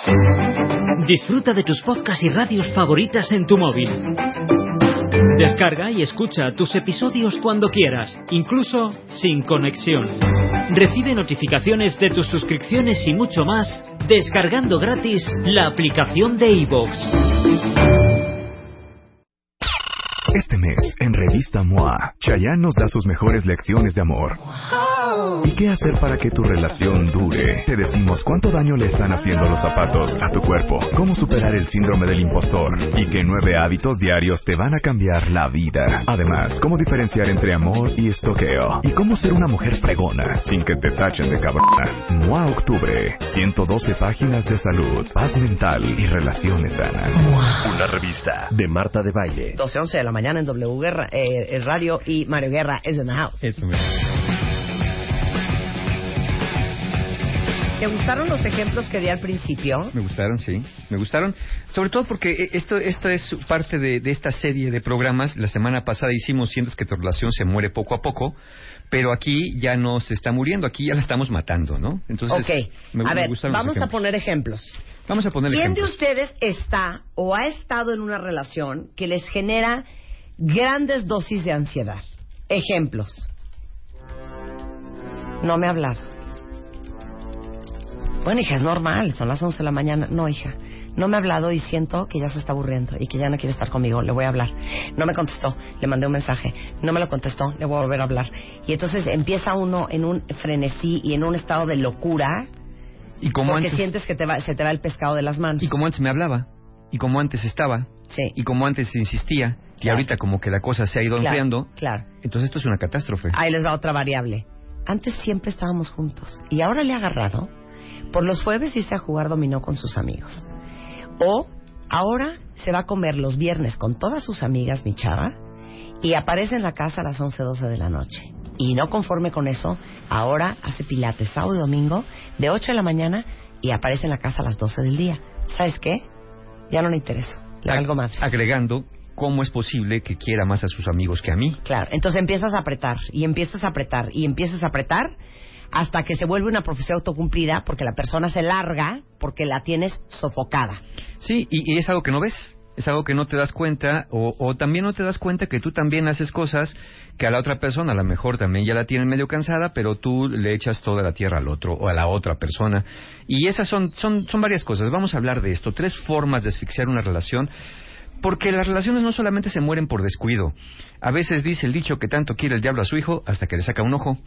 Disfruta de tus podcasts y radios favoritas en tu móvil. Descarga y escucha tus episodios cuando quieras, incluso sin conexión. Recibe notificaciones de tus suscripciones y mucho más descargando gratis la aplicación de iVoox. Este mes, en Revista MOA, Chayanne nos da sus mejores lecciones de amor. ¿Y qué hacer para que tu relación dure? Te decimos cuánto daño le están haciendo los zapatos a tu cuerpo, cómo superar el síndrome del impostor y qué 9 hábitos diarios te van a cambiar la vida. Además, cómo diferenciar entre amor y estoqueo y cómo ser una mujer fregona sin que te tachen de cabrona. MOA Octubre, 112 páginas de salud, paz mental y relaciones sanas. Una revista de Marta de Baile. 12:11 de la mañana en W Guerra, el radio, y Mario Guerra es in the house. Eso mismo. ¿Te gustaron los ejemplos que di al principio? Me gustaron, sí. Me gustaron. Sobre todo porque esto es parte de esta serie de programas. La semana pasada hicimos Sientes que tu relación se muere poco a poco. Pero aquí ya no se está muriendo. Aquí ya la estamos matando, ¿no? Entonces, a ver, vamos a poner ejemplos. Vamos a poner ejemplos. ¿Quién de ustedes está o ha estado en una relación que les genera grandes dosis de ansiedad? Ejemplos. No me ha hablado. Bueno, hija, es normal, son las 11 de la mañana. No, hija, no me ha hablado y siento que ya se está aburriendo y que ya no quiere estar conmigo. Le voy a hablar. No me contestó, le mandé un mensaje. No me lo contestó, le voy a volver a hablar. Y entonces empieza uno en un frenesí y en un estado de locura. Y como porque antes, sientes que se te va el pescado de las manos. Y como antes me hablaba, y como antes estaba, sí, y como antes insistía, claro, y ahorita como que la cosa se ha ido enfriando. Claro. Entonces esto es una catástrofe. Ahí les va otra variable. Antes siempre estábamos juntos y ahora le ha agarrado por los jueves irse a jugar dominó con sus amigos. O ahora se va a comer los viernes con todas sus amigas, mi chava, y aparece en la casa a las 11:12 de la noche. Y no conforme con eso, ahora hace pilates sábado y domingo de 8 de la mañana y aparece en la casa a las 12 del día. ¿Sabes qué? Ya no le interesa. Algo más. Agregando, ¿cómo es posible que quiera más a sus amigos que a mí? Claro, entonces empiezas a apretar y empiezas a apretar y empiezas a apretar hasta que se vuelve una profecía autocumplida porque la persona se larga porque la tienes sofocada. Sí, y es algo que no ves, es algo que no te das cuenta, o también no te das cuenta que tú también haces cosas que a la otra persona a lo mejor también ya la tienen medio cansada, pero tú le echas toda la tierra al otro o a la otra persona. Y esas son varias cosas. Vamos a hablar de esto, 3 formas de asfixiar una relación. Porque las relaciones no solamente se mueren por descuido. A veces dice el dicho que tanto quiere el diablo a su hijo hasta que le saca un ojo.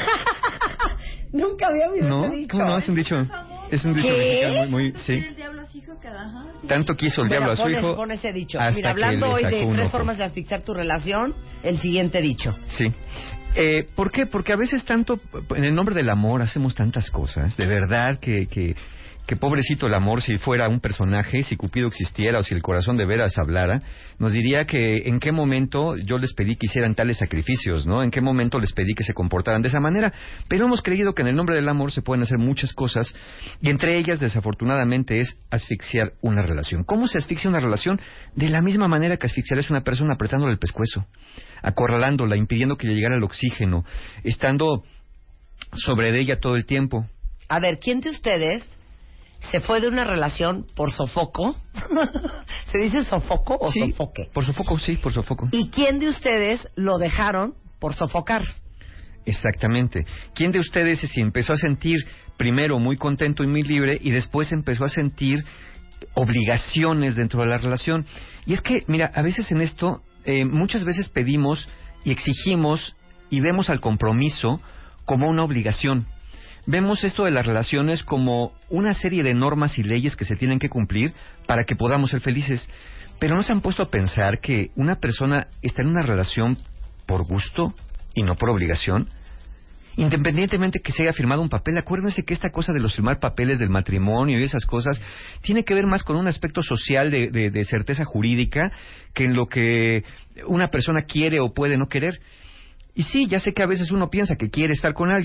Nunca había oído ese dicho. ¿Cómo no? Es un dicho mexicano muy sí. El diablo a su hijo sí. Tanto quiso el diablo a su hijo. Pon ese dicho. Hasta Mira, hablando que le hoy de sacó un 3 ojo. formas de asfixiar tu relación, el siguiente dicho. Sí. ¿Por qué? Porque a veces tanto, en el nombre del amor, hacemos tantas cosas. De verdad que pobrecito el amor, si fuera un personaje, si Cupido existiera o si el corazón de veras hablara, nos diría que en qué momento yo les pedí que hicieran tales sacrificios, ¿no? En qué momento les pedí que se comportaran de esa manera. Pero hemos creído que en el nombre del amor se pueden hacer muchas cosas y entre ellas, desafortunadamente, es asfixiar una relación. ¿Cómo se asfixia una relación? De la misma manera que asfixiarías a una persona apretándole el pescuezo, acorralándola, impidiendo que le llegara el oxígeno, estando sobre de ella todo el tiempo. A ver, ¿quién de ustedes se fue de una relación por sofoco? ¿Se dice sofoco o sí, sofoque? Por sofoco, sí, por sofoco. ¿Y quién de ustedes lo dejaron por sofocar? Exactamente. ¿Quién de ustedes se empezó a sentir primero muy contento y muy libre y después empezó a sentir obligaciones dentro de la relación? Y es que, mira, a veces en esto, muchas veces pedimos y exigimos y vemos al compromiso como una obligación. Vemos esto de las relaciones como una serie de normas y leyes que se tienen que cumplir para que podamos ser felices. Pero ¿no se han puesto a pensar que una persona está en una relación por gusto y no por obligación? Independientemente que se haya firmado un papel, acuérdense que esta cosa de los firmar papeles del matrimonio y esas cosas tiene que ver más con un aspecto social de certeza jurídica que en lo que una persona quiere o puede no querer. Y sí, ya sé que a veces uno piensa que quiere estar con alguien,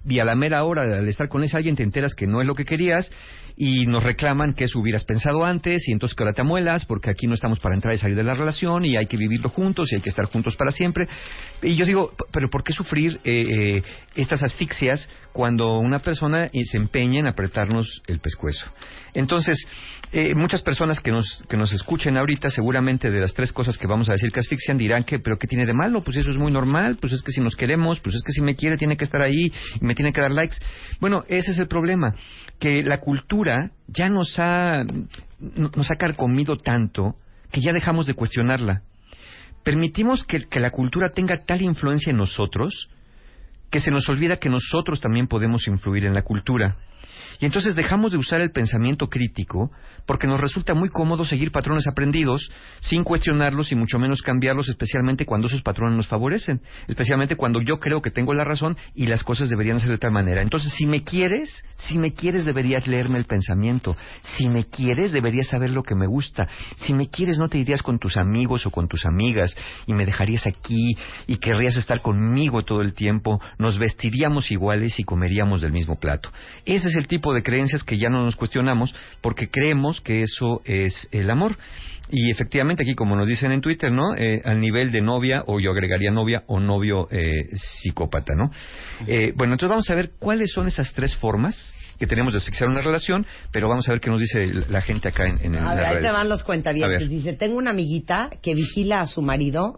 y a la mera hora al estar con ese alguien te enteras que no es lo que querías y nos reclaman que eso hubieras pensado antes y entonces que ahora te amuelas porque aquí no estamos para entrar y salir de la relación y hay que vivirlo juntos y hay que estar juntos para siempre. Y yo digo, pero ¿por qué sufrir estas asfixias cuando una persona se empeña en apretarnos el pescuezo? Entonces, muchas personas que nos escuchen ahorita, seguramente de las 3 cosas que vamos a decir que asfixian, dirán que, ¿pero qué tiene de malo? Pues eso es muy normal, pues es que si nos queremos, pues es que si me quiere tiene que estar ahí y me tiene que dar likes. Bueno, ese es el problema, que la cultura ya nos ha carcomido tanto que ya dejamos de cuestionarla. Permitimos que la cultura tenga tal influencia en nosotros que se nos olvida que nosotros también podemos influir en la cultura. Y entonces dejamos de usar el pensamiento crítico porque nos resulta muy cómodo seguir patrones aprendidos sin cuestionarlos y mucho menos cambiarlos, especialmente cuando esos patrones nos favorecen, especialmente cuando yo creo que tengo la razón y las cosas deberían ser de tal manera. Entonces, si me quieres deberías leerme el pensamiento. Si me quieres deberías saber lo que me gusta. Si me quieres no te irías con tus amigos o con tus amigas y me dejarías aquí y querrías estar conmigo todo el tiempo. Nos vestiríamos iguales y comeríamos del mismo plato. Ese es el tipo de creencias que ya no nos cuestionamos porque creemos que eso es el amor. Y efectivamente aquí, como nos dicen en Twitter, ¿no? Al nivel de novia, o yo agregaría novia o novio psicópata, ¿no? Bueno, entonces vamos a ver cuáles son esas 3 formas que tenemos de asfixiar una relación, pero vamos a ver qué nos dice la gente acá en las redes. Ahí te van los cuentavientes. Dice, tengo una amiguita que vigila a su marido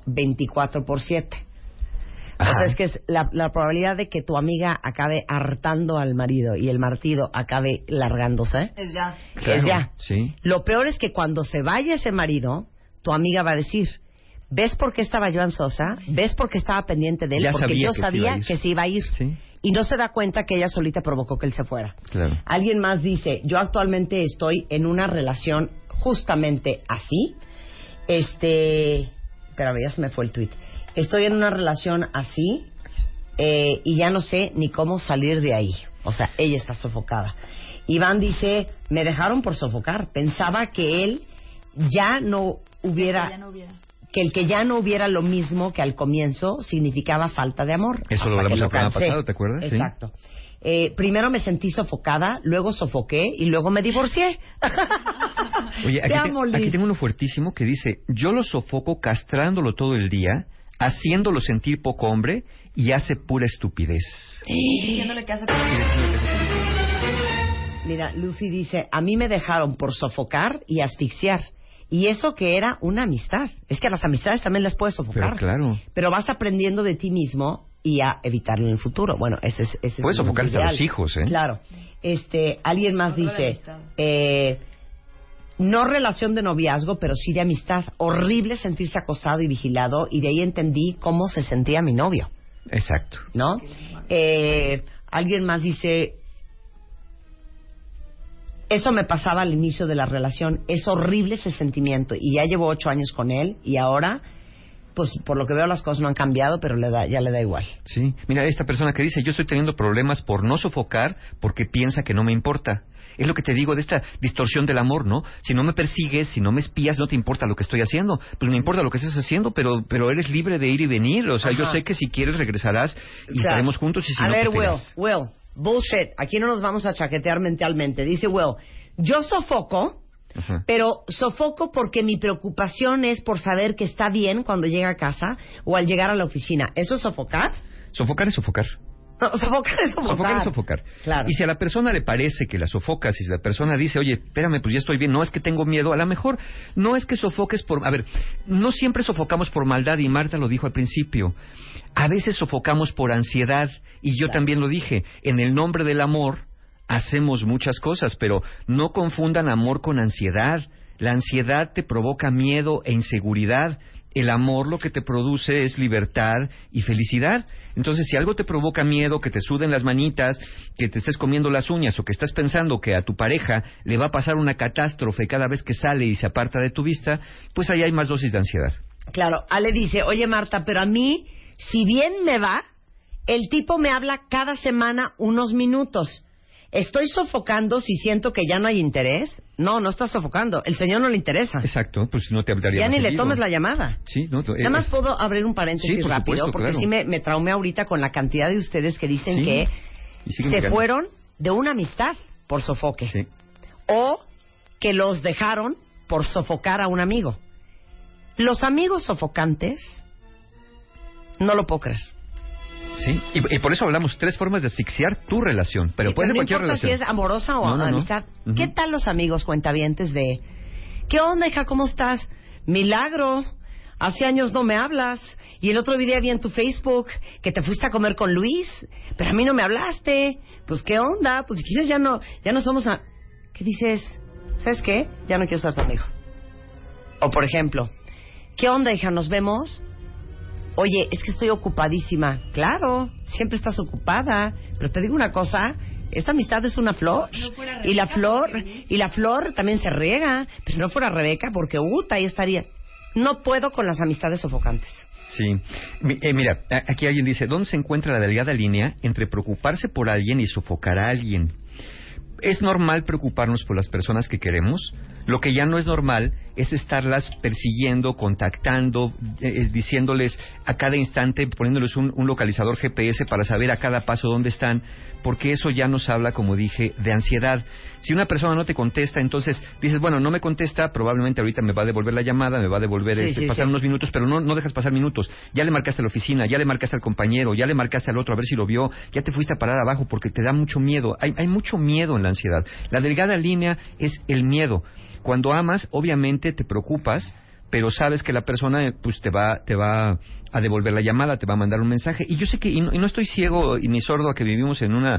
24/7. O sea, es que es la probabilidad de que tu amiga acabe hartando al marido y el marido acabe largándose. Es ya. Claro, es ya. Sí. Lo peor es que cuando se vaya ese marido, tu amiga va a decir, ¿ves por qué estaba yo ansiosa? ¿Ves por qué estaba pendiente de él? Ya Porque yo sabía que que se iba a ir. Sí. Y no se da cuenta que ella solita provocó que él se fuera. Claro. Alguien más dice, yo actualmente estoy en una relación justamente así. Espérame, ya se me fue el tuit. Estoy en una relación así y ya no sé ni cómo salir de ahí. O sea, ella está sofocada. Iván dice, me dejaron por sofocar. Pensaba que él ya no hubiera... Que el que ya no hubiera lo mismo que al comienzo significaba falta de amor. Eso lo hablamos el programa pasado, ¿te acuerdas? Exacto. ¿Sí? Primero me sentí sofocada, luego sofoqué y luego me divorcié. Oye, aquí tengo uno fuertísimo que dice, yo lo sofoco castrándolo todo el día, haciéndolo sentir poco hombre y hace pura estupidez. Diciéndole que hace Mira, Lucy dice, a mí me dejaron por sofocar y asfixiar. Y eso que era una amistad. Es que a las amistades también las puedes sofocar. Pero claro. Pero vas aprendiendo de ti mismo y a evitarlo en el futuro. Bueno, ese es puedes sofocar hasta los hijos, ¿eh? Claro. Alguien más dice, no relación de noviazgo, pero sí de amistad. Horrible sentirse acosado y vigilado, y de ahí entendí cómo se sentía mi novio. Exacto. ¿No? Alguien más dice, eso me pasaba al inicio de la relación. Es horrible ese sentimiento, y ya llevo 8 años con él, y ahora, pues por lo que veo las cosas no han cambiado, pero ya le da igual. Sí. Mira, esta persona que dice, yo estoy teniendo problemas por no sofocar porque piensa que no me importa. Es lo que te digo de esta distorsión del amor, ¿no? Si no me persigues, si no me espías, no te importa lo que estoy haciendo. Pues me importa lo que estés haciendo, pero eres libre de ir y venir. O sea, yo sé que si quieres regresarás y estaremos juntos, y si a no, ver, pues Will, bullshit. Aquí no nos vamos a chaquetear mentalmente. Dice Will, yo sofoco, pero sofoco porque mi preocupación es por saber que está bien cuando llega a casa o al llegar a la oficina. ¿Eso es sofocar? Sofocar es sofocar. No, sofocar es sofocar. Sofocar es sofocar. Claro. Y si a la persona le parece que la sofocas, y si la persona dice, oye, espérame, pues ya estoy bien, no es que tengo miedo, a lo mejor no es que sofoques por... A ver, no siempre sofocamos por maldad, y Marta lo dijo al principio. A veces sofocamos por ansiedad, y yo también lo dije. En el nombre del amor hacemos muchas cosas, pero no confundan amor con ansiedad. La ansiedad te provoca miedo e inseguridad. El amor lo que te produce es libertad y felicidad. Entonces, si algo te provoca miedo, que te suden las manitas, que te estés comiendo las uñas, o que estás pensando que a tu pareja le va a pasar una catástrofe cada vez que sale y se aparta de tu vista, pues ahí hay más dosis de ansiedad. Claro. Ale dice, oye Marta, pero a mí, si bien me va, el tipo me habla cada semana unos minutos. ¿Estoy sofocando si siento que ya no hay interés? No, no estás sofocando. El señor no le interesa. Exacto, pues no te hablaría ya más ni seguido. le tomes la llamada. Sí, no, Nada más puedo abrir un paréntesis sí, por rápido, supuesto, porque claro. sí me traumé ahorita con la cantidad de ustedes que dicen sí. que se fueron de una amistad por sofoque. Sí. O que los dejaron por sofocar a un amigo. Los amigos sofocantes, no lo puedo creer. Sí, y por eso hablamos 3 formas de asfixiar tu relación, pero sí, puede ser no cualquier importa relación. si es amorosa o amistad. Uh-huh. ¿Qué tal los amigos cuentavientes de ¿qué onda, hija? ¿Cómo estás? Milagro. Hace años no me hablas. Y el otro día vi en tu Facebook que te fuiste a comer con Luis, pero a mí no me hablaste. Pues, ¿qué onda? Pues, si quieres, ya no somos ¿Qué dices? ¿Sabes qué? Ya no quiero ser tu amigo. O, por ejemplo, ¿qué onda, hija? ¿Nos vemos? Oye, es que estoy ocupadísima. Claro, siempre estás ocupada. Pero te digo una cosa, esta amistad es una flor. No y la flor también se riega. Pero no fuera Rebeca, porque ahí estarías. No puedo con las amistades sofocantes. Sí. Mira, aquí alguien dice, ¿dónde se encuentra la delgada línea entre preocuparse por alguien y sofocar a alguien? Es normal preocuparnos por las personas que queremos. Lo que ya no es normal es estarlas persiguiendo, contactando, diciéndoles a cada instante, poniéndoles un localizador GPS para saber a cada paso dónde están, porque eso ya nos habla, como dije, de ansiedad. Si una persona no te contesta, entonces dices, bueno, no me contesta, probablemente ahorita me va a devolver la llamada, me va a devolver pasar unos minutos, pero no dejas pasar minutos. Ya le marcaste a la oficina, ya le marcaste al compañero, ya le marcaste al otro a ver si lo vio, ya te fuiste a parar abajo porque te da mucho miedo. Hay mucho miedo en la ansiedad. La delgada línea es el miedo. Cuando amas, obviamente te preocupas, pero sabes que la persona pues te va a devolver la llamada, te va a mandar un mensaje. Y yo sé que, y no estoy ciego ni sordo a que vivimos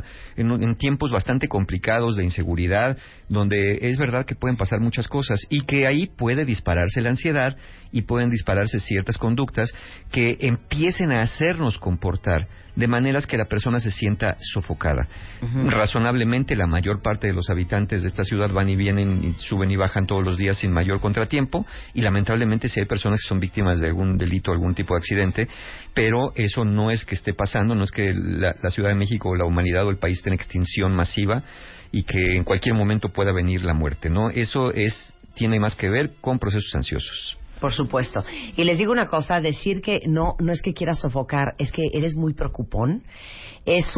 en tiempos bastante complicados de inseguridad, donde es verdad que pueden pasar muchas cosas y que ahí puede dispararse la ansiedad y pueden dispararse ciertas conductas que empiecen a hacernos comportar de maneras que la persona se sienta sofocada. Uh-huh. Razonablemente, la mayor parte de los habitantes de esta ciudad van y vienen, y suben y bajan todos los días sin mayor contratiempo, y lamentablemente si hay personas que son víctimas de algún delito, algún tipo de accidente, pero eso no es que esté pasando, no es que la Ciudad de México o la humanidad o el país esté en extinción masiva y que en cualquier momento pueda venir la muerte, ¿no? Eso tiene más que ver con procesos ansiosos. Por supuesto. Y les digo una cosa, decir que no es que quieras sofocar, es que eres muy preocupón. Es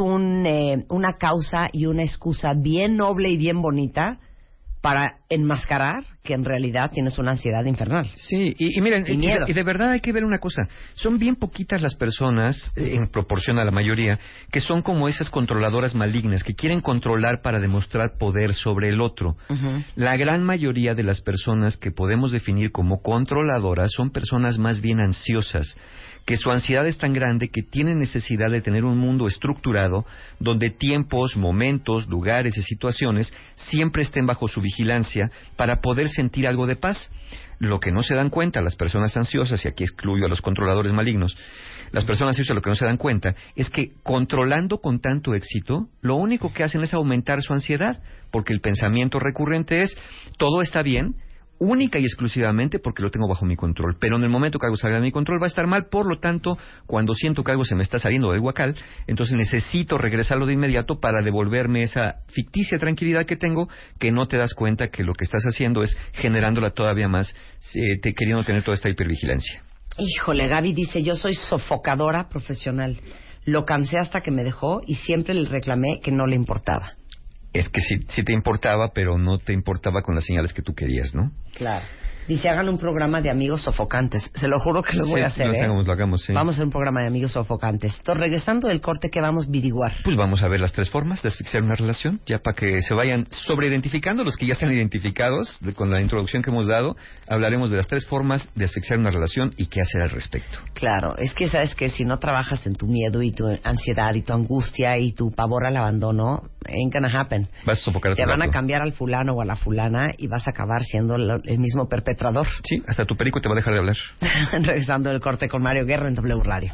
una causa y una excusa bien noble y bien bonita para enmascarar que en realidad tienes una ansiedad infernal. Sí, y miren, y de verdad hay que ver una cosa. Son bien poquitas las personas, en proporción a la mayoría, que son como esas controladoras malignas, que quieren controlar para demostrar poder sobre el otro. Uh-huh. La gran mayoría de las personas que podemos definir como controladoras son personas más bien ansiosas, que su ansiedad es tan grande que tienen necesidad de tener un mundo estructurado donde tiempos, momentos, lugares y situaciones siempre estén bajo su vigilancia para poder sentir algo de paz. Lo que no se dan cuenta las personas ansiosas, y aquí excluyo a los controladores malignos, las personas ansiosas lo que no se dan cuenta es que controlando con tanto éxito, lo único que hacen es aumentar su ansiedad, porque el pensamiento recurrente es, todo está bien, única y exclusivamente porque lo tengo bajo mi control, pero en el momento que algo salga de mi control va a estar mal, por lo tanto, cuando siento que algo se me está saliendo del huacal, entonces necesito regresarlo de inmediato para devolverme esa ficticia tranquilidad que tengo, que no te das cuenta que lo que estás haciendo es generándola todavía más, queriendo tener toda esta hipervigilancia. Híjole, Gaby dice, yo soy sofocadora profesional, lo cansé hasta que me dejó y siempre le reclamé que no le importaba. Es que sí te importaba, pero no te importaba con las señales que tú querías, ¿no? Claro. Dice, hagan un programa de amigos sofocantes. Se lo juro que lo voy a hacer, lo hagamos, sí. Vamos a hacer un programa de amigos sofocantes. Entonces, regresando del corte, ¿qué vamos a averiguar? Pues vamos a ver las 3 formas de asfixiar una relación, ya para que se vayan sobreidentificando los que ya están identificados con la introducción que hemos dado. Hablaremos de las 3 formas de asfixiar una relación y qué hacer al respecto. Claro, es que sabes que si no trabajas en tu miedo y tu ansiedad y tu angustia y tu pavor al abandono, ain't gonna happen. Vas a sofocar a tu Te van gato. a cambiar al fulano o a la fulana y vas a acabar siendo el mismo perpetrador. Sí, hasta tu perico te va a dejar de hablar. Regresando del corte con Mario Guerra en W Radio.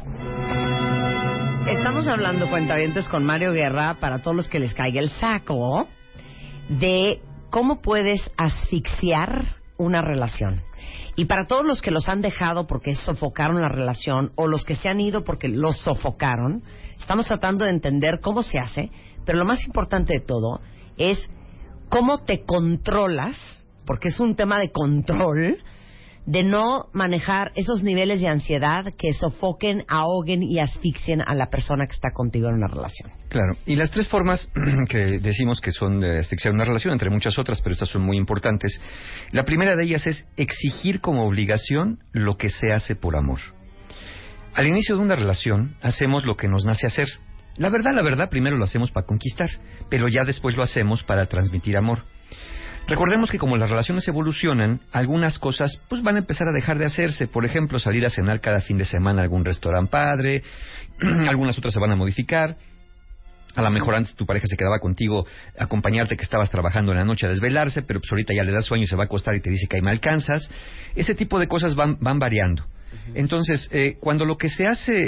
Estamos hablando, cuentavientes, con Mario Guerra, para todos los que les caiga el saco, de cómo puedes asfixiar una relación. Y para todos los que los han dejado porque sofocaron la relación, o los que se han ido porque los sofocaron, estamos tratando de entender cómo se hace, pero lo más importante de todo es cómo te controlas, porque es un tema de control, de no manejar esos niveles de ansiedad que sofoquen, ahoguen y asfixien a la persona que está contigo en una relación. Claro, y las 3 formas que decimos que son de asfixiar una relación, entre muchas otras, pero estas son muy importantes. La primera de ellas es exigir como obligación lo que se hace por amor. Al inicio de una relación, hacemos lo que nos nace hacer. La verdad, primero lo hacemos para conquistar, pero ya después lo hacemos para transmitir amor. Recordemos que como las relaciones evolucionan, algunas cosas pues van a empezar a dejar de hacerse. Por ejemplo, salir a cenar cada fin de semana a algún restaurante padre, algunas otras se van a modificar. A lo mejor antes tu pareja se quedaba contigo a acompañarte que estabas trabajando en la noche a desvelarse, pero pues ahorita ya le das sueño y se va a acostar y te dice que ahí me alcanzas. Ese tipo de cosas van variando. Entonces, cuando lo que se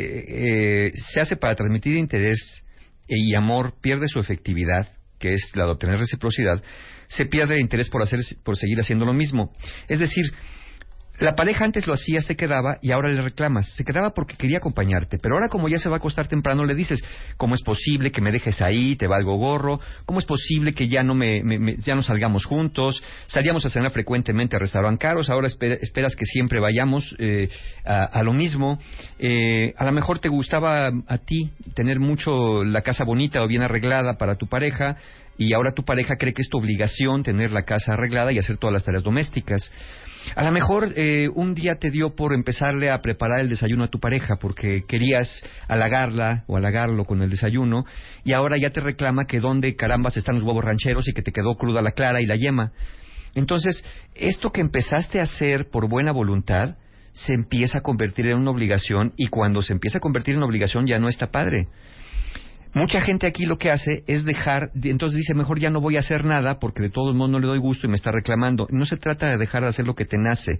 hace para transmitir interés y amor pierde su efectividad, que es la de obtener reciprocidad, se pierde el interés por seguir haciendo lo mismo. Es decir, la pareja antes lo hacía, se quedaba, y ahora le reclamas. Se quedaba porque quería acompañarte, pero ahora como ya se va a acostar temprano, le dices, ¿cómo es posible que me dejes ahí? Te valgo gorro. ¿Cómo es posible que ya no ya no salgamos juntos? Salíamos a cenar frecuentemente a restaurantes caros, ahora esperas que siempre vayamos a lo mismo. A lo mejor te gustaba a ti tener mucho la casa bonita o bien arreglada para tu pareja, y ahora tu pareja cree que es tu obligación tener la casa arreglada y hacer todas las tareas domésticas. A lo mejor un día te dio por empezarle a preparar el desayuno a tu pareja porque querías halagarla o halagarlo con el desayuno, y ahora ya te reclama que dónde carambas están los huevos rancheros y que te quedó cruda la clara y la yema. Entonces, esto que empezaste a hacer por buena voluntad se empieza a convertir en una obligación, y cuando se empieza a convertir en una obligación ya no está padre. Mucha gente aquí lo que hace es entonces dice, mejor ya no voy a hacer nada porque de todos modos no le doy gusto y me está reclamando. No se trata de dejar de hacer lo que te nace,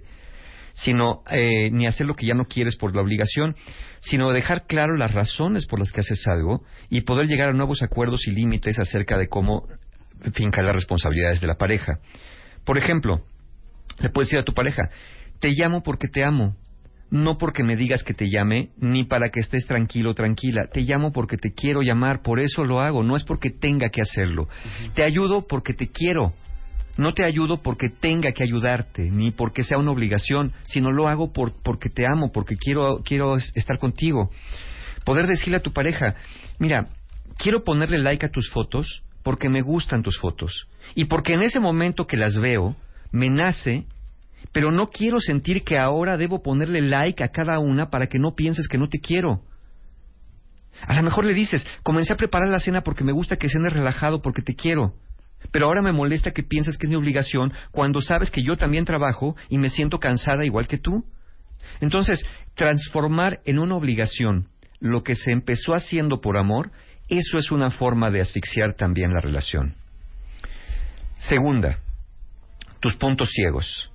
sino ni hacer lo que ya no quieres por la obligación, sino dejar claro las razones por las que haces algo y poder llegar a nuevos acuerdos y límites acerca de cómo fincar las responsabilidades de la pareja. Por ejemplo, le puedes decir a tu pareja, te llamo porque te amo. No porque me digas que te llame, ni para que estés tranquilo o tranquila. Te llamo porque te quiero llamar, por eso lo hago, no es porque tenga que hacerlo. Te ayudo porque te quiero. No te ayudo porque tenga que ayudarte, ni porque sea una obligación, sino lo hago porque te amo, porque quiero estar contigo. Poder decirle a tu pareja, mira, quiero ponerle like a tus fotos porque me gustan tus fotos. Y porque en ese momento que las veo, me nace, pero no quiero sentir que ahora debo ponerle like a cada una para que no pienses que no te quiero. A lo mejor le dices, comencé a preparar la cena porque me gusta que cenes relajado porque te quiero, pero ahora me molesta que pienses que es mi obligación cuando sabes que yo también trabajo y me siento cansada igual que tú. Entonces, transformar en una obligación lo que se empezó haciendo por amor, eso es una forma de asfixiar también la relación. Segunda, tus puntos ciegos.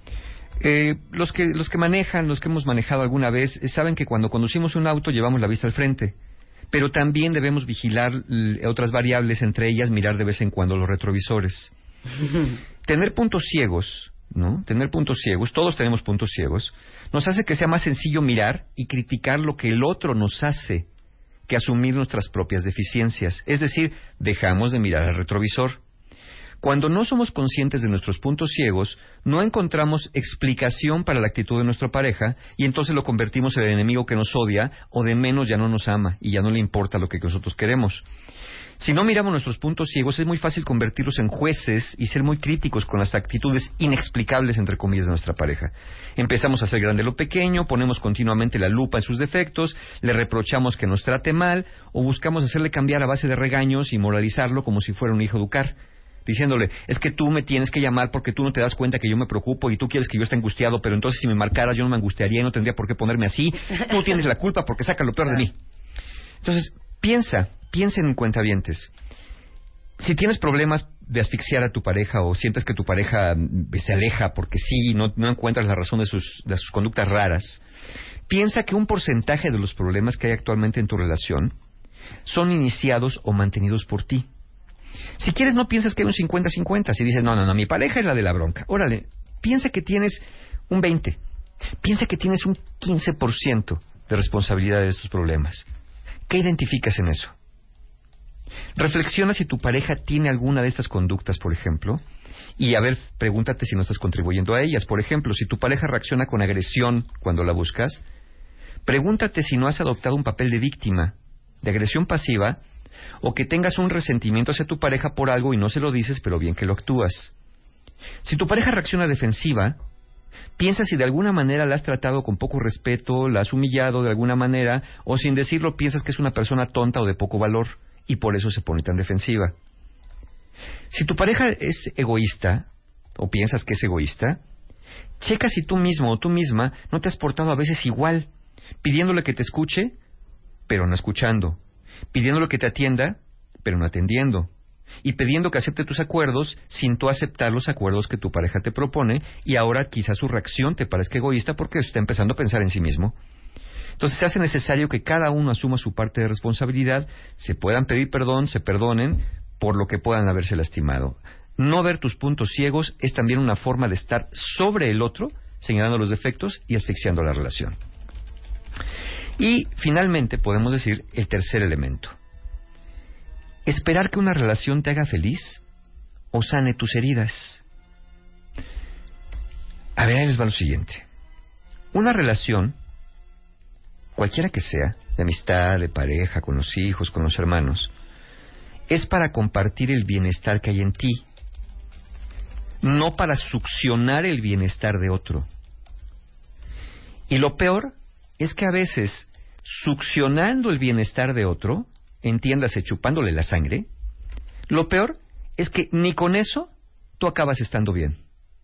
Los que manejan, los que hemos manejado alguna vez, saben que cuando conducimos un auto llevamos la vista al frente, pero también debemos vigilar otras variables, entre ellas mirar de vez en cuando los retrovisores. Tener puntos ciegos, ¿no? Tener puntos ciegos, todos tenemos puntos ciegos, nos hace que sea más sencillo mirar y criticar lo que el otro nos hace que asumir nuestras propias deficiencias. Es decir, dejamos de mirar al retrovisor. Cuando no somos conscientes de nuestros puntos ciegos, no encontramos explicación para la actitud de nuestra pareja y entonces lo convertimos en el enemigo que nos odia o de menos ya no nos ama y ya no le importa lo que nosotros queremos. Si no miramos nuestros puntos ciegos, es muy fácil convertirlos en jueces y ser muy críticos con las actitudes inexplicables, entre comillas, de nuestra pareja. Empezamos a hacer grande lo pequeño, ponemos continuamente la lupa en sus defectos, le reprochamos que nos trate mal o buscamos hacerle cambiar a base de regaños y moralizarlo como si fuera un hijo a educar, diciéndole, es que tú me tienes que llamar porque tú no te das cuenta que yo me preocupo y tú quieres que yo esté angustiado, pero entonces si me marcaras yo no me angustiaría y no tendría por qué ponerme así. Tú tienes la culpa porque saca lo peor de mí. Entonces, piensa en cuentavientes. Si tienes problemas de asfixiar a tu pareja o sientes que tu pareja se aleja porque sí, no encuentras la razón de sus conductas raras, piensa que un porcentaje de los problemas que hay actualmente en tu relación son iniciados o mantenidos por ti. Si quieres, no piensas que hay un 50-50. Si dices, no, mi pareja es la de la bronca. Órale, piensa que tienes un 20%. Piensa que tienes un 15% de responsabilidad de estos problemas. ¿Qué identificas en eso? Reflexiona si tu pareja tiene alguna de estas conductas, por ejemplo, Y a ver, pregúntate si no estás contribuyendo a ellas. Por ejemplo, si tu pareja reacciona con agresión cuando la buscas, pregúntate si no has adoptado un papel de víctima, de agresión pasiva, o que tengas un resentimiento hacia tu pareja por algo y no se lo dices, pero bien que lo actúas. Si tu pareja reacciona defensiva, piensa si de alguna manera la has tratado con poco respeto, la has humillado de alguna manera, o sin decirlo piensas que es una persona tonta o de poco valor, y por eso se pone tan defensiva. Si tu pareja es egoísta, o piensas que es egoísta, checa si tú mismo o tú misma no te has portado a veces igual, pidiéndole que te escuche, pero no escuchando, pidiéndole que te atienda, pero no atendiendo, y pidiendo que acepte tus acuerdos sin tú aceptar los acuerdos que tu pareja te propone, y ahora quizás su reacción te parezca egoísta porque está empezando a pensar en sí mismo. Entonces se hace necesario que cada uno asuma su parte de responsabilidad, se puedan pedir perdón, se perdonen por lo que puedan haberse lastimado. No ver tus puntos ciegos es también una forma de estar sobre el otro, señalando los defectos y asfixiando la relación. Y finalmente podemos decir el tercer elemento. Esperar que una relación te haga feliz o sane tus heridas. A ver, ahí les va lo siguiente. Una relación, cualquiera que sea, de amistad, de pareja, con los hijos, con los hermanos, es para compartir el bienestar que hay en ti, no para succionar el bienestar de otro. Y lo peor es que a veces, succionando el bienestar de otro, entiéndase, chupándole la sangre, lo peor es que ni con eso tú acabas estando bien.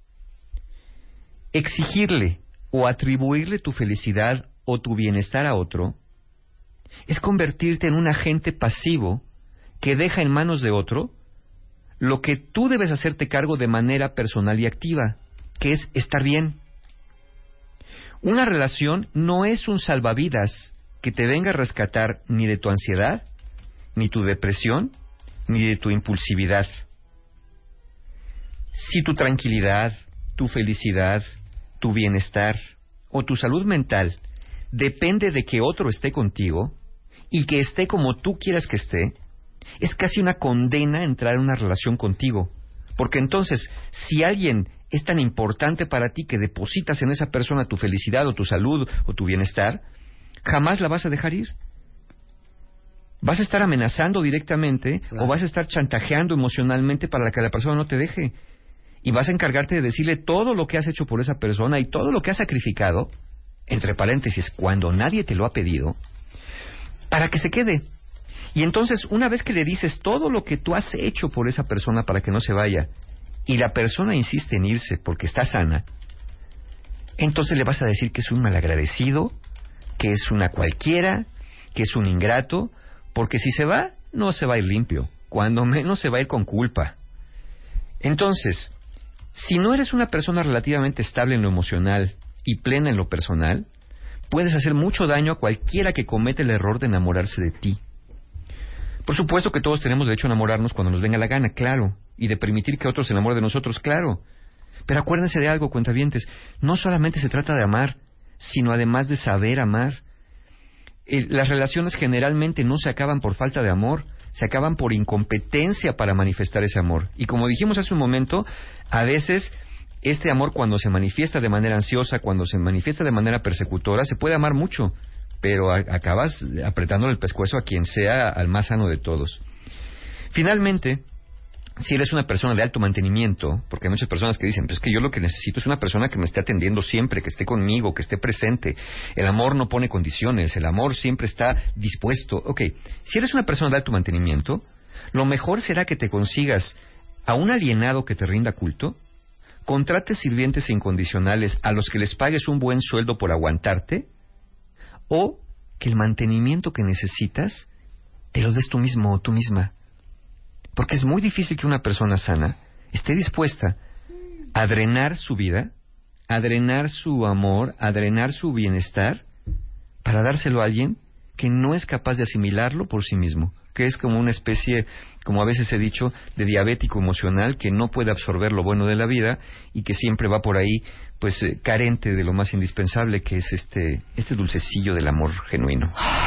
Exigirle o atribuirle tu felicidad o tu bienestar a otro es convertirte en un agente pasivo que deja en manos de otro lo que tú debes hacerte cargo de manera personal y activa, que es estar bien. Una relación no es un salvavidas que te venga a rescatar ni de tu ansiedad, ni tu depresión, ni de tu impulsividad. Si tu tranquilidad, tu felicidad, tu bienestar o tu salud mental depende de que otro esté contigo y que esté como tú quieras que esté, es casi una condena entrar en una relación contigo. Porque entonces, si alguien es tan importante para ti que depositas en esa persona tu felicidad o tu salud o tu bienestar, jamás la vas a dejar ir. Vas a estar amenazando directamente, claro, o vas a estar chantajeando emocionalmente para que la persona no te deje. Y vas a encargarte de decirle todo lo que has hecho por esa persona y todo lo que has sacrificado, entre paréntesis, cuando nadie te lo ha pedido, para que se quede. Y entonces, una vez que le dices todo lo que tú has hecho por esa persona para que no se vaya, y la persona insiste en irse porque está sana, entonces le vas a decir que es un malagradecido, que es una cualquiera, que es un ingrato, porque si se va, no se va a ir limpio, cuando menos se va a ir con culpa. Entonces, si no eres una persona relativamente estable en lo emocional y plena en lo personal, puedes hacer mucho daño a cualquiera que comete el error de enamorarse de ti. Por supuesto que todos tenemos derecho a enamorarnos cuando nos venga la gana, claro, y de permitir que otros se enamoren de nosotros, claro. Pero acuérdense de algo, cuentavientes, no solamente se trata de amar, sino además de saber amar. Las relaciones generalmente no se acaban por falta de amor, se acaban por incompetencia para manifestar ese amor. Y como dijimos hace un momento, a veces este amor, cuando se manifiesta de manera ansiosa, cuando se manifiesta de manera persecutora, se puede amar mucho, pero acabas apretándole el pescuezo a quien sea, al más sano de todos. Finalmente, si eres una persona de alto mantenimiento, porque hay muchas personas que dicen, pues es que yo lo que necesito es una persona que me esté atendiendo siempre, que esté conmigo, que esté presente. El amor no pone condiciones, el amor siempre está dispuesto. Ok, si eres una persona de alto mantenimiento, lo mejor será que te consigas a un alienado que te rinda culto, contrates sirvientes incondicionales a los que les pagues un buen sueldo por aguantarte, o que el mantenimiento que necesitas te lo des tú mismo o tú misma. Porque es muy difícil que una persona sana esté dispuesta a drenar su vida, a drenar su amor, a drenar su bienestar, para dárselo a alguien que no es capaz de asimilarlo por sí mismo, que es como una especie, como a veces he dicho, de diabético emocional que no puede absorber lo bueno de la vida y que siempre va por ahí, pues carente de lo más indispensable, que es este dulcecillo del amor genuino.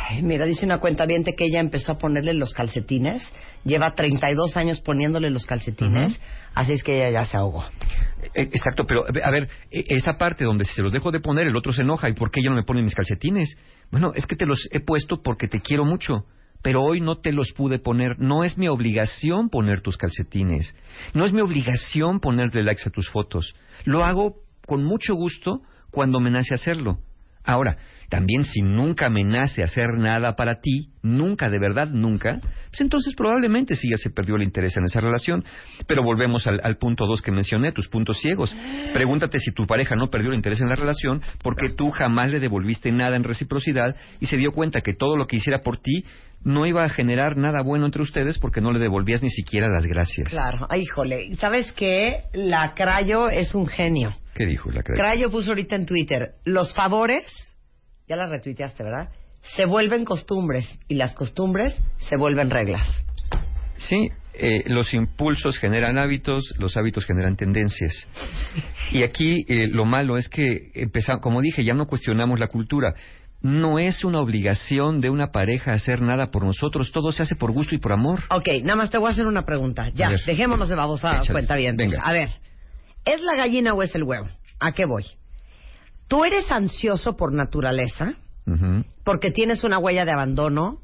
Ay, mira, dice una cuentaviente que ella empezó a ponerle los calcetines. Lleva 32 años poniéndole los calcetines. Así es que ella ya se ahogó. Exacto, pero a ver, esa parte donde si se los dejo de poner, el otro se enoja. ¿Y por qué ella no me pone mis calcetines? Bueno, es que te los he puesto porque te quiero mucho. Pero hoy no te los pude poner. No es mi obligación poner tus calcetines. No es mi obligación ponerle likes a tus fotos. Lo hago con mucho gusto cuando me nace hacerlo. Ahora, también si nunca me nace hacer nada para ti, nunca, de verdad, nunca, pues entonces probablemente sí ya se perdió el interés en esa relación. Pero volvemos al punto 2 que mencioné, tus puntos ciegos. Pregúntate si tu pareja no perdió el interés en la relación porque tú jamás le devolviste nada en reciprocidad y se dio cuenta que todo lo que hiciera por ti no iba a generar nada bueno entre ustedes porque no le devolvías ni siquiera las gracias. Claro, ay, híjole, ¿sabes qué? La Crayo es un genio. ¿Qué dijo la Crayo? Crayo puso ahorita en Twitter, los favores, ya la retuiteaste, ¿verdad? Se vuelven costumbres y las costumbres se vuelven reglas. Sí, los impulsos generan hábitos, los hábitos generan tendencias. Y aquí lo malo es que empezamos, como dije, ya no cuestionamos la cultura. No es una obligación de una pareja hacer nada por nosotros. Todo se hace por gusto y por amor. Ok, nada más te voy a hacer una pregunta. Ya, dejémonos de babosadas, cuenta bien. Venga. A ver, ¿es la gallina o es el huevo? ¿A qué voy? ¿Tú eres ansioso por naturaleza? Porque tienes una huella de abandono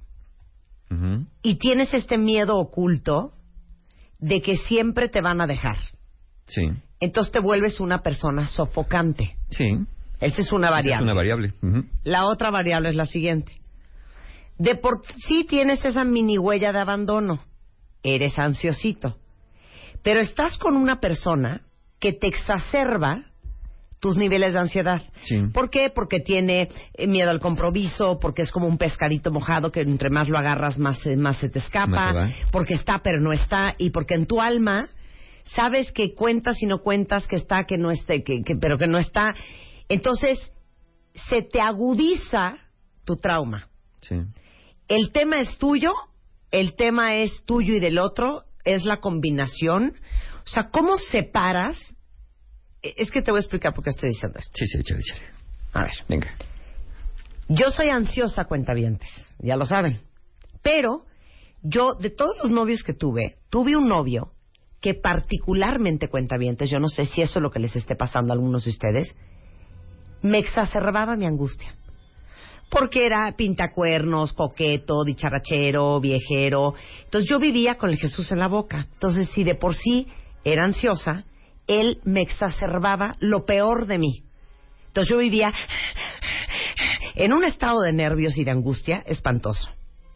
y tienes este miedo oculto de que siempre te van a dejar. Sí. Entonces te vuelves una persona sofocante. Sí. Esa es una variable. Esa es una variable. La otra variable es la siguiente. De por sí tienes esa mini huella de abandono. Eres ansiosito. Pero estás con una persona que te exacerba tus niveles de ansiedad. Sí. ¿Por qué? Porque tiene miedo al compromiso, porque es como un pescadito mojado que entre más lo agarras más se te escapa, porque está pero no está, y porque en tu alma sabes que cuentas y no cuentas, que está, que no esté, pero que no está. Entonces, se te agudiza tu trauma. Sí. El tema es tuyo, el tema es tuyo y del otro, es la combinación. O sea, ¿cómo separas? Es que te voy a explicar por qué estoy diciendo esto. Sí, échale. A ver. Venga. Yo soy ansiosa, cuentavientes, ya lo saben. Pero yo, de todos los novios que tuve un novio que particularmente, cuentavientes, yo no sé si eso es lo que les esté pasando a algunos de ustedes, me exacerbaba mi angustia. Porque era pintacuernos, coqueto, dicharachero, viejero. Entonces yo vivía con el Jesús en la boca. Entonces, si de por sí era ansiosa, él me exacerbaba lo peor de mí. Entonces yo vivía en un estado de nervios y de angustia espantoso.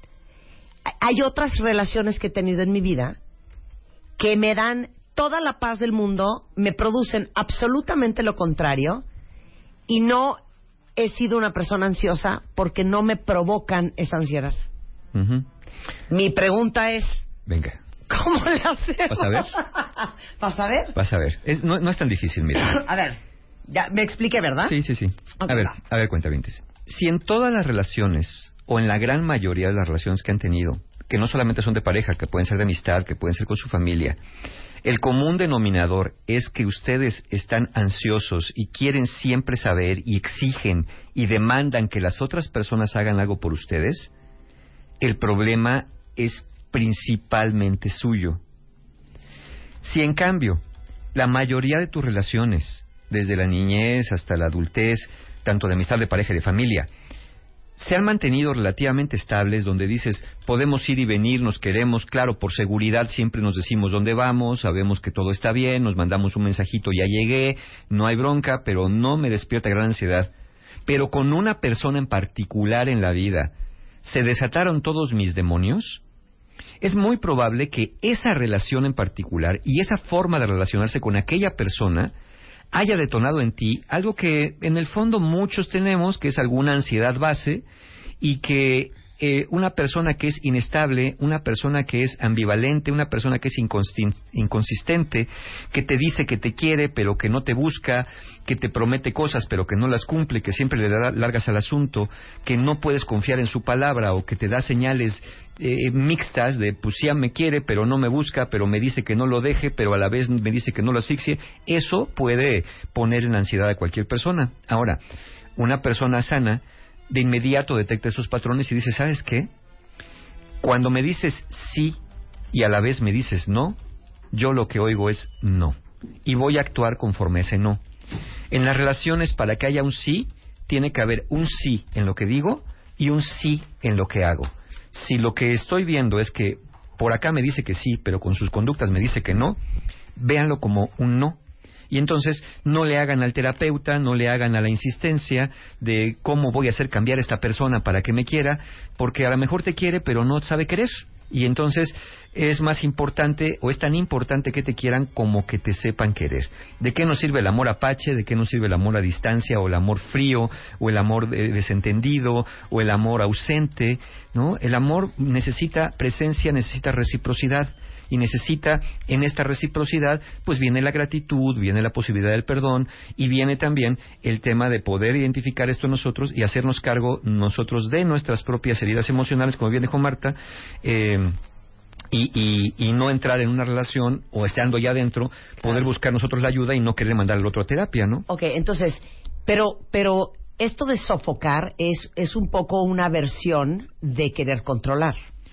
Hay otras relaciones que he tenido en mi vida que me dan toda la paz del mundo, me producen absolutamente lo contrario, y no he sido una persona ansiosa porque no me provocan esa ansiedad. Mi pregunta es... Venga. ¿Cómo le hacemos? ¿Vas a ver? ¿Vas a ver? Vas a ver. No es tan difícil, mira. A ver, ya me expliqué, ¿verdad? Sí. Okay, a ver, cuentavientes. Si en todas las relaciones, o en la gran mayoría de las relaciones que han tenido, que no solamente son de pareja, que pueden ser de amistad, que pueden ser con su familia, el común denominador es que ustedes están ansiosos y quieren siempre saber y exigen y demandan que las otras personas hagan algo por ustedes, el problema es principalmente suyo. Si en cambio la mayoría de tus relaciones, desde la niñez hasta la adultez, tanto de amistad, de pareja y de familia, se han mantenido relativamente estables, donde dices, podemos ir y venir, nos queremos, claro, por seguridad siempre nos decimos dónde vamos, sabemos que todo está bien, nos mandamos un mensajito, ya llegué, no hay bronca, pero no me despierta gran ansiedad. Pero con una persona en particular en la vida, ¿se desataron todos mis demonios? Es muy probable que esa relación en particular y esa forma de relacionarse con aquella persona haya detonado en ti algo que en el fondo muchos tenemos, que es alguna ansiedad base, y que una persona que es inestable, una persona que es ambivalente, una persona que es inconsistente, que te dice que te quiere pero que no te busca, que te promete cosas pero que no las cumple, que siempre le da largas al asunto, que no puedes confiar en su palabra, o que te da señales mixtas de pues ya me quiere pero no me busca, pero me dice que no lo deje, pero a la vez me dice que no lo asfixie. Eso puede poner en ansiedad a cualquier persona. Ahora, una persona sana de inmediato detecta esos patrones y dice, ¿sabes qué? Cuando me dices sí y a la vez me dices no, yo lo que oigo es no. Y voy a actuar conforme ese no. En las relaciones, para que haya un sí, tiene que haber un sí en lo que digo y un sí en lo que hago. Si lo que estoy viendo es que por acá me dice que sí, pero con sus conductas me dice que no, véanlo como un no. Y entonces no le hagan al terapeuta, no le hagan a la insistencia de cómo voy a hacer cambiar a esta persona para que me quiera, porque a lo mejor te quiere pero no sabe querer. Y entonces es más importante, o es tan importante que te quieran como que te sepan querer. ¿De qué nos sirve el amor apache? ¿De qué nos sirve el amor a distancia? ¿O el amor frío? ¿O el amor desentendido? ¿O el amor ausente? ¿No? El amor necesita presencia, necesita reciprocidad. Y necesita, en esta reciprocidad, pues viene la gratitud, viene la posibilidad del perdón, y viene también el tema de poder identificar esto nosotros y hacernos cargo nosotros de nuestras propias heridas emocionales, como bien dijo Marta, y no entrar en una relación, o estando ya dentro, poder buscar nosotros la ayuda y no querer mandar al otro a terapia, ¿no? Ok, entonces, pero esto de sofocar es un poco una versión de querer controlar.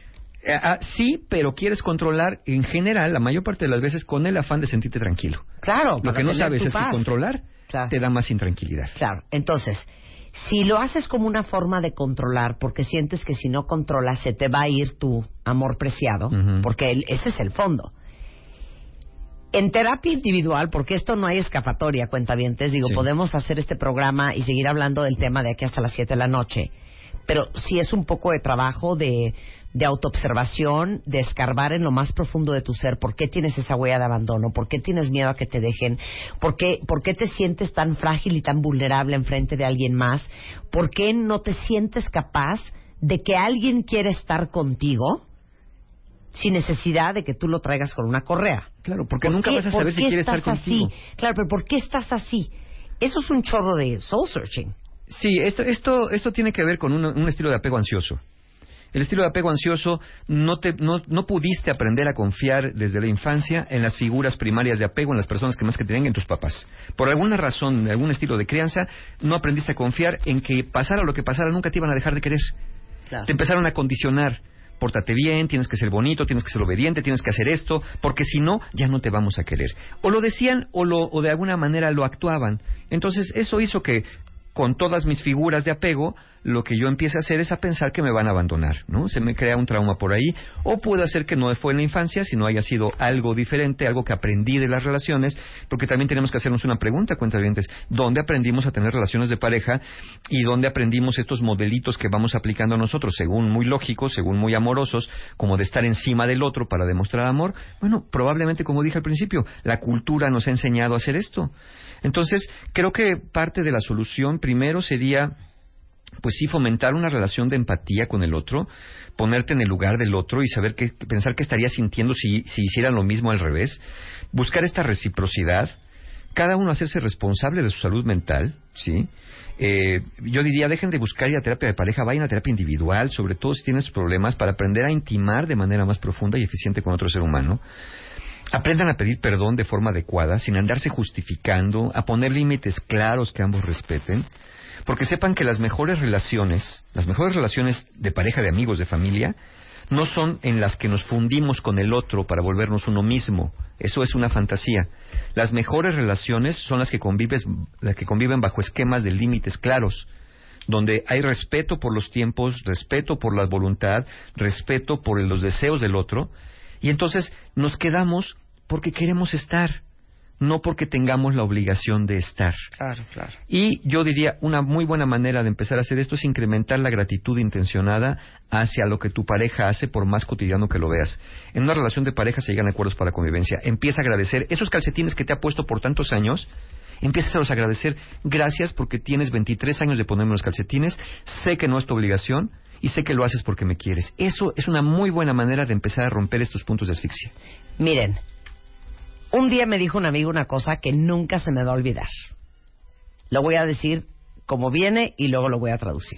Sí, pero quieres controlar en general, la mayor parte de las veces, con el afán de sentirte tranquilo. Claro. Lo que no sabes es que controlar te da más intranquilidad. Claro. Entonces, si lo haces como una forma de controlar, porque sientes que si no controlas se te va a ir tu amor preciado, porque ese es el fondo. En terapia individual, porque esto no hay escapatoria, cuentavientes, digo, podemos hacer este programa y seguir hablando del tema de aquí hasta las 7 de la noche, pero sí es un poco de trabajo de autoobservación, de escarbar en lo más profundo de tu ser. ¿Por qué tienes esa huella de abandono? ¿Por qué tienes miedo a que te dejen? ¿Por qué te sientes tan frágil y tan vulnerable enfrente de alguien más? ¿Por qué no te sientes capaz de que alguien quiera estar contigo sin necesidad de que tú lo traigas con una correa? Claro, porque nunca vas a saber si quiere estar contigo. Claro, pero ¿por qué estás así? Eso es un chorro de soul searching. Sí, esto tiene que ver con un estilo de apego ansioso. El estilo de apego ansioso, no pudiste aprender a confiar desde la infancia en las figuras primarias de apego, en las personas que más que tenían, en tus papás. Por alguna razón, algún estilo de crianza, no aprendiste a confiar en que pasara lo que pasara, nunca te iban a dejar de querer. Claro. Te empezaron a condicionar. Pórtate bien, tienes que ser bonito, tienes que ser obediente, tienes que hacer esto, porque si no, ya no te vamos a querer. O lo decían o de alguna manera lo actuaban. Entonces, eso hizo que, con todas mis figuras de apego, lo que yo empiece a hacer es a pensar que me van a abandonar, ¿no? Se me crea un trauma por ahí, o puede ser que no fue en la infancia, sino haya sido algo diferente, algo que aprendí de las relaciones, porque también tenemos que hacernos una pregunta, cuentavientes: ¿dónde aprendimos a tener relaciones de pareja y dónde aprendimos estos modelitos que vamos aplicando a nosotros, según muy lógicos, según muy amorosos, como de estar encima del otro para demostrar amor? Bueno, probablemente, como dije al principio, la cultura nos ha enseñado a hacer esto. Entonces, creo que parte de la solución primero sería, pues sí, fomentar una relación de empatía con el otro, ponerte en el lugar del otro y pensar qué estaría sintiendo si hicieran lo mismo al revés, buscar esta reciprocidad, cada uno hacerse responsable de su salud mental, ¿sí? Yo diría, dejen de buscar ir a terapia de pareja, vayan a terapia individual, sobre todo si tienes problemas, para aprender a intimar de manera más profunda y eficiente con otro ser humano. Aprendan a pedir perdón de forma adecuada, sin andarse justificando, a poner límites claros que ambos respeten, porque sepan que las mejores relaciones de pareja, de amigos, de familia, no son en las que nos fundimos con el otro para volvernos uno mismo. Eso es una fantasía. Las mejores relaciones son las que conviven bajo esquemas de límites claros, donde hay respeto por los tiempos, respeto por la voluntad, respeto por los deseos del otro, y entonces nos quedamos porque queremos estar, no porque tengamos la obligación de estar. Claro, claro. Y yo diría, una muy buena manera de empezar a hacer esto es incrementar la gratitud intencionada hacia lo que tu pareja hace, por más cotidiano que lo veas. En una relación de pareja se llegan a acuerdos para la convivencia. Empieza a agradecer esos calcetines que te ha puesto por tantos años. Empieza a agradecer. Gracias porque tienes 23 años de ponerme los calcetines. Sé que no es tu obligación y sé que lo haces porque me quieres. Eso es una muy buena manera de empezar a romper estos puntos de asfixia. Miren, un día me dijo un amigo una cosa que nunca se me va a olvidar. Lo voy a decir como viene y luego lo voy a traducir.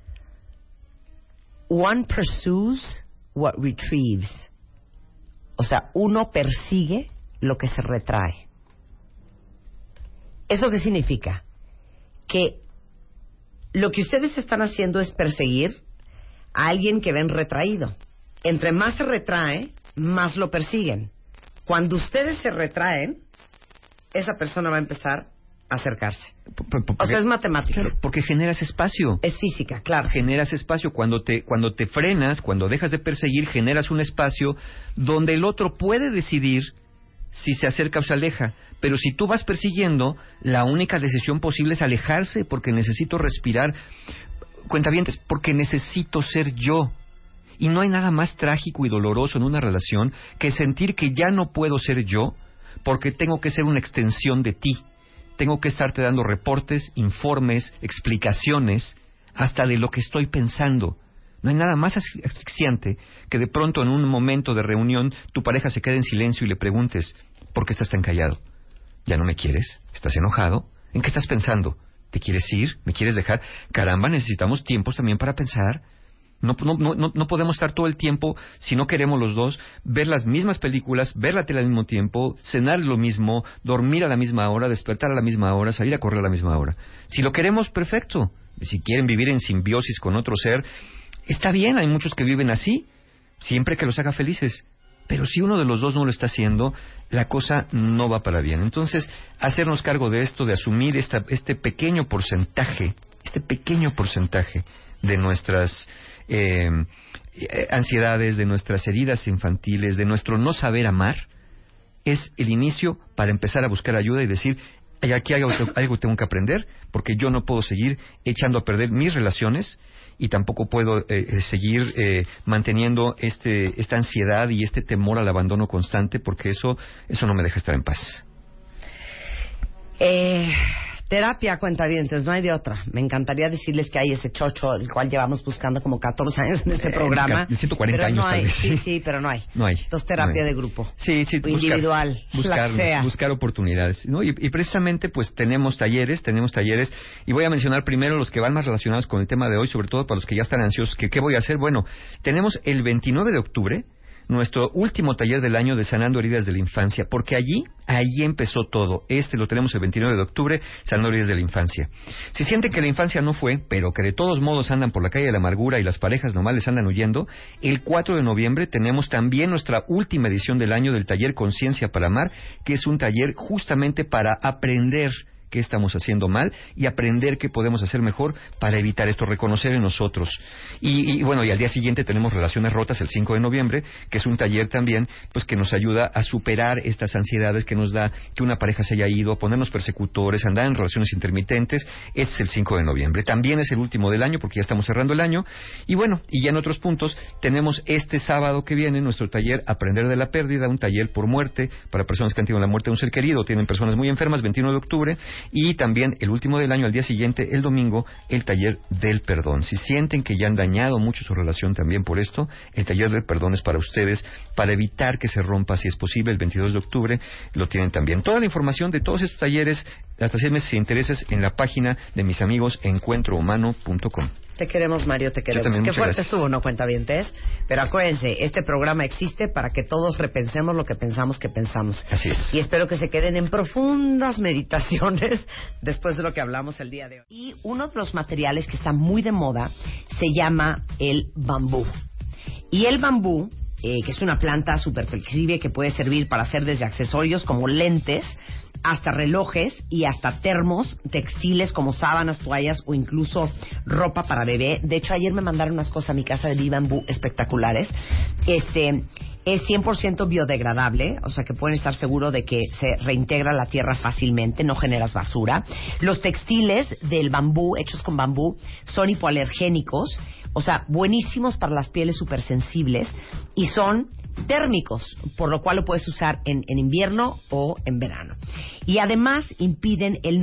One pursues what retrieves. O sea, uno persigue lo que se retrae. ¿Eso qué significa? Que lo que ustedes están haciendo es perseguir a alguien que ven retraído. Entre más se retrae, más lo persiguen. Cuando ustedes se retraen, esa persona va a empezar a acercarse. O sea, es matemática. Claro, porque generas espacio. Es física, claro. Generas espacio. Cuando te frenas, cuando dejas de perseguir, generas un espacio donde el otro puede decidir si se acerca o se aleja. Pero si tú vas persiguiendo, la única decisión posible es alejarse, porque necesito respirar. Cuentavientes, porque necesito ser yo. Y no hay nada más trágico y doloroso en una relación que sentir que ya no puedo ser yo porque tengo que ser una extensión de ti. Tengo que estarte dando reportes, informes, explicaciones, hasta de lo que estoy pensando. No hay nada más asfixiante que de pronto en un momento de reunión tu pareja se quede en silencio y le preguntes, ¿por qué estás tan callado? ¿Ya no me quieres? ¿Estás enojado? ¿En qué estás pensando? ¿Te quieres ir? ¿Me quieres dejar? Caramba, necesitamos tiempos también para pensar. No podemos estar todo el tiempo, si no queremos los dos, ver las mismas películas, ver la tele al mismo tiempo, cenar lo mismo, dormir a la misma hora, despertar a la misma hora, salir a correr a la misma hora. Si lo queremos, perfecto. Si quieren vivir en simbiosis con otro ser, está bien, hay muchos que viven así, siempre que los haga felices. Pero si uno de los dos no lo está haciendo, la cosa no va para bien. Entonces, hacernos cargo de esto, de asumir este pequeño porcentaje de nuestras ansiedades, de nuestras heridas infantiles, de nuestro no saber amar, es el inicio para empezar a buscar ayuda y decir, aquí algo tengo que aprender, porque yo no puedo seguir echando a perder mis relaciones y tampoco puedo seguir manteniendo esta ansiedad y este temor al abandono constante, porque eso no me deja estar en paz. Terapia, cuentavientes, no hay de otra. Me encantaría decirles que hay ese chocho, el cual llevamos buscando como 14 años en este programa. 140 pero años no hay, tal vez. Sí, pero no hay. No hay. Entonces, terapia no hay. de grupo. Sí, individual. Buscar oportunidades, ¿no? Y precisamente, pues, tenemos talleres, y voy a mencionar primero los que van más relacionados con el tema de hoy, sobre todo para los que ya están ansiosos, que qué voy a hacer. Bueno, tenemos el 29 de octubre, nuestro último taller del año de Sanando Heridas de la Infancia, porque allí empezó todo. Lo tenemos el 29 de octubre, Sanando Heridas de la Infancia. Si sienten que la infancia no fue, pero que de todos modos andan por la calle de la amargura y las parejas nomás les andan huyendo, el 4 de noviembre tenemos también nuestra última edición del año del taller Conciencia para Amar, que es un taller justamente para aprender qué estamos haciendo mal y aprender qué podemos hacer mejor para evitar esto, reconocer en nosotros. Y bueno, y al día siguiente tenemos Relaciones Rotas el 5 de noviembre, que es un taller también pues que nos ayuda a superar estas ansiedades que nos da que una pareja se haya ido, ponernos persecutores, andar en relaciones intermitentes. Este es el 5 de noviembre. También es el último del año porque ya estamos cerrando el año. Y bueno, y ya en otros puntos tenemos este sábado que viene nuestro taller Aprender de la Pérdida, un taller por muerte para personas que han tenido la muerte de un ser querido, tienen personas muy enfermas, 21 de octubre. Y también el último del año, al día siguiente, el domingo, el taller del perdón. Si sienten que ya han dañado mucho su relación también por esto, el taller del perdón es para ustedes, para evitar que se rompa, si es posible, el 22 de octubre, lo tienen también. Toda la información de todos estos talleres, hasta 6 meses, si intereses, en la página de mis amigos encuentrohumano.com. Te queremos, Mario, te queremos. También, qué fuerte gracias. estuvo, ¿no, cuentavientes? Pero acuérdense, este programa existe para que todos repensemos lo que pensamos que pensamos. Así es. Y espero que se queden en profundas meditaciones después de lo que hablamos el día de hoy. Y uno de los materiales que está muy de moda se llama el bambú. Y el bambú, que es una planta súper flexible que puede servir para hacer desde accesorios como lentes, hasta relojes y hasta termos textiles como sábanas, toallas o incluso ropa para bebé. De hecho, ayer me mandaron unas cosas a mi casa de bambú espectaculares. Es 100% biodegradable, o sea que pueden estar seguros de que se reintegra a la tierra fácilmente, no generas basura. Los textiles del bambú, hechos con bambú, son hipoalergénicos, o sea, buenísimos para las pieles supersensibles y son térmicos, por lo cual lo puedes usar en invierno o en verano. Y además impiden el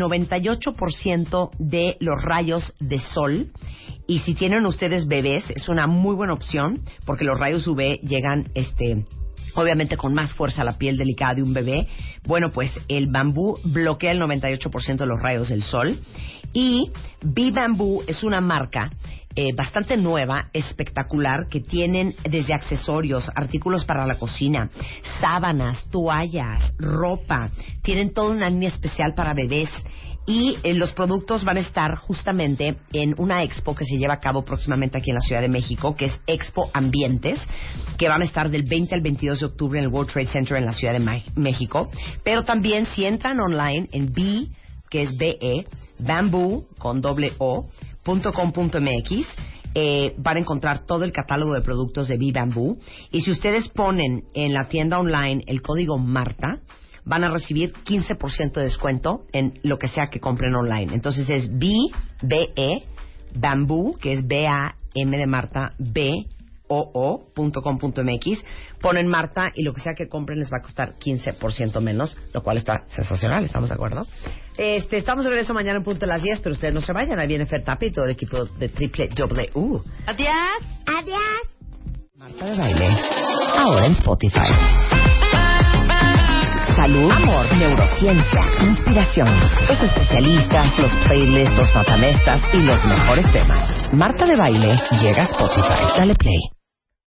98% de los rayos de sol. Y si tienen ustedes bebés, es una muy buena opción porque los rayos UV llegan obviamente con más fuerza a la piel delicada de un bebé. Bueno, pues el bambú bloquea el 98% de los rayos del sol. Y B-Bamboo es una marca bastante nueva, espectacular, que tienen desde accesorios, artículos para la cocina, sábanas, toallas, ropa. Tienen toda una línea especial para bebés. Y los productos van a estar justamente en una expo que se lleva a cabo próximamente aquí en la Ciudad de México, que es Expo Ambientes, que van a estar del 20 al 22 de octubre en el World Trade Center en la Ciudad de México. Pero también si entran online en que es BE, Bamboo, con .o.com.mx, van a encontrar todo el catálogo de productos de Be Bamboo. Y si ustedes ponen en la tienda online el código Marta, van a recibir 15% de descuento en lo que sea que compren online. Entonces es BE, Bamboo, que es B-A-M de Marta, BOO.com.mx. Ponen Marta y lo que sea que compren les va a costar 15% menos, lo cual está sensacional, ¿estamos de acuerdo? Estamos de regreso mañana en punto de las 10, pero ustedes no se vayan, ahí viene Fer Tapia y todo el equipo de Triple W. Adiós. Adiós. Marta de Baile, ahora en Spotify. Salud, amor, neurociencia, inspiración, los especialistas, los playlists, los matamestas y los mejores temas. Marta de Baile llega a Spotify. Dale play.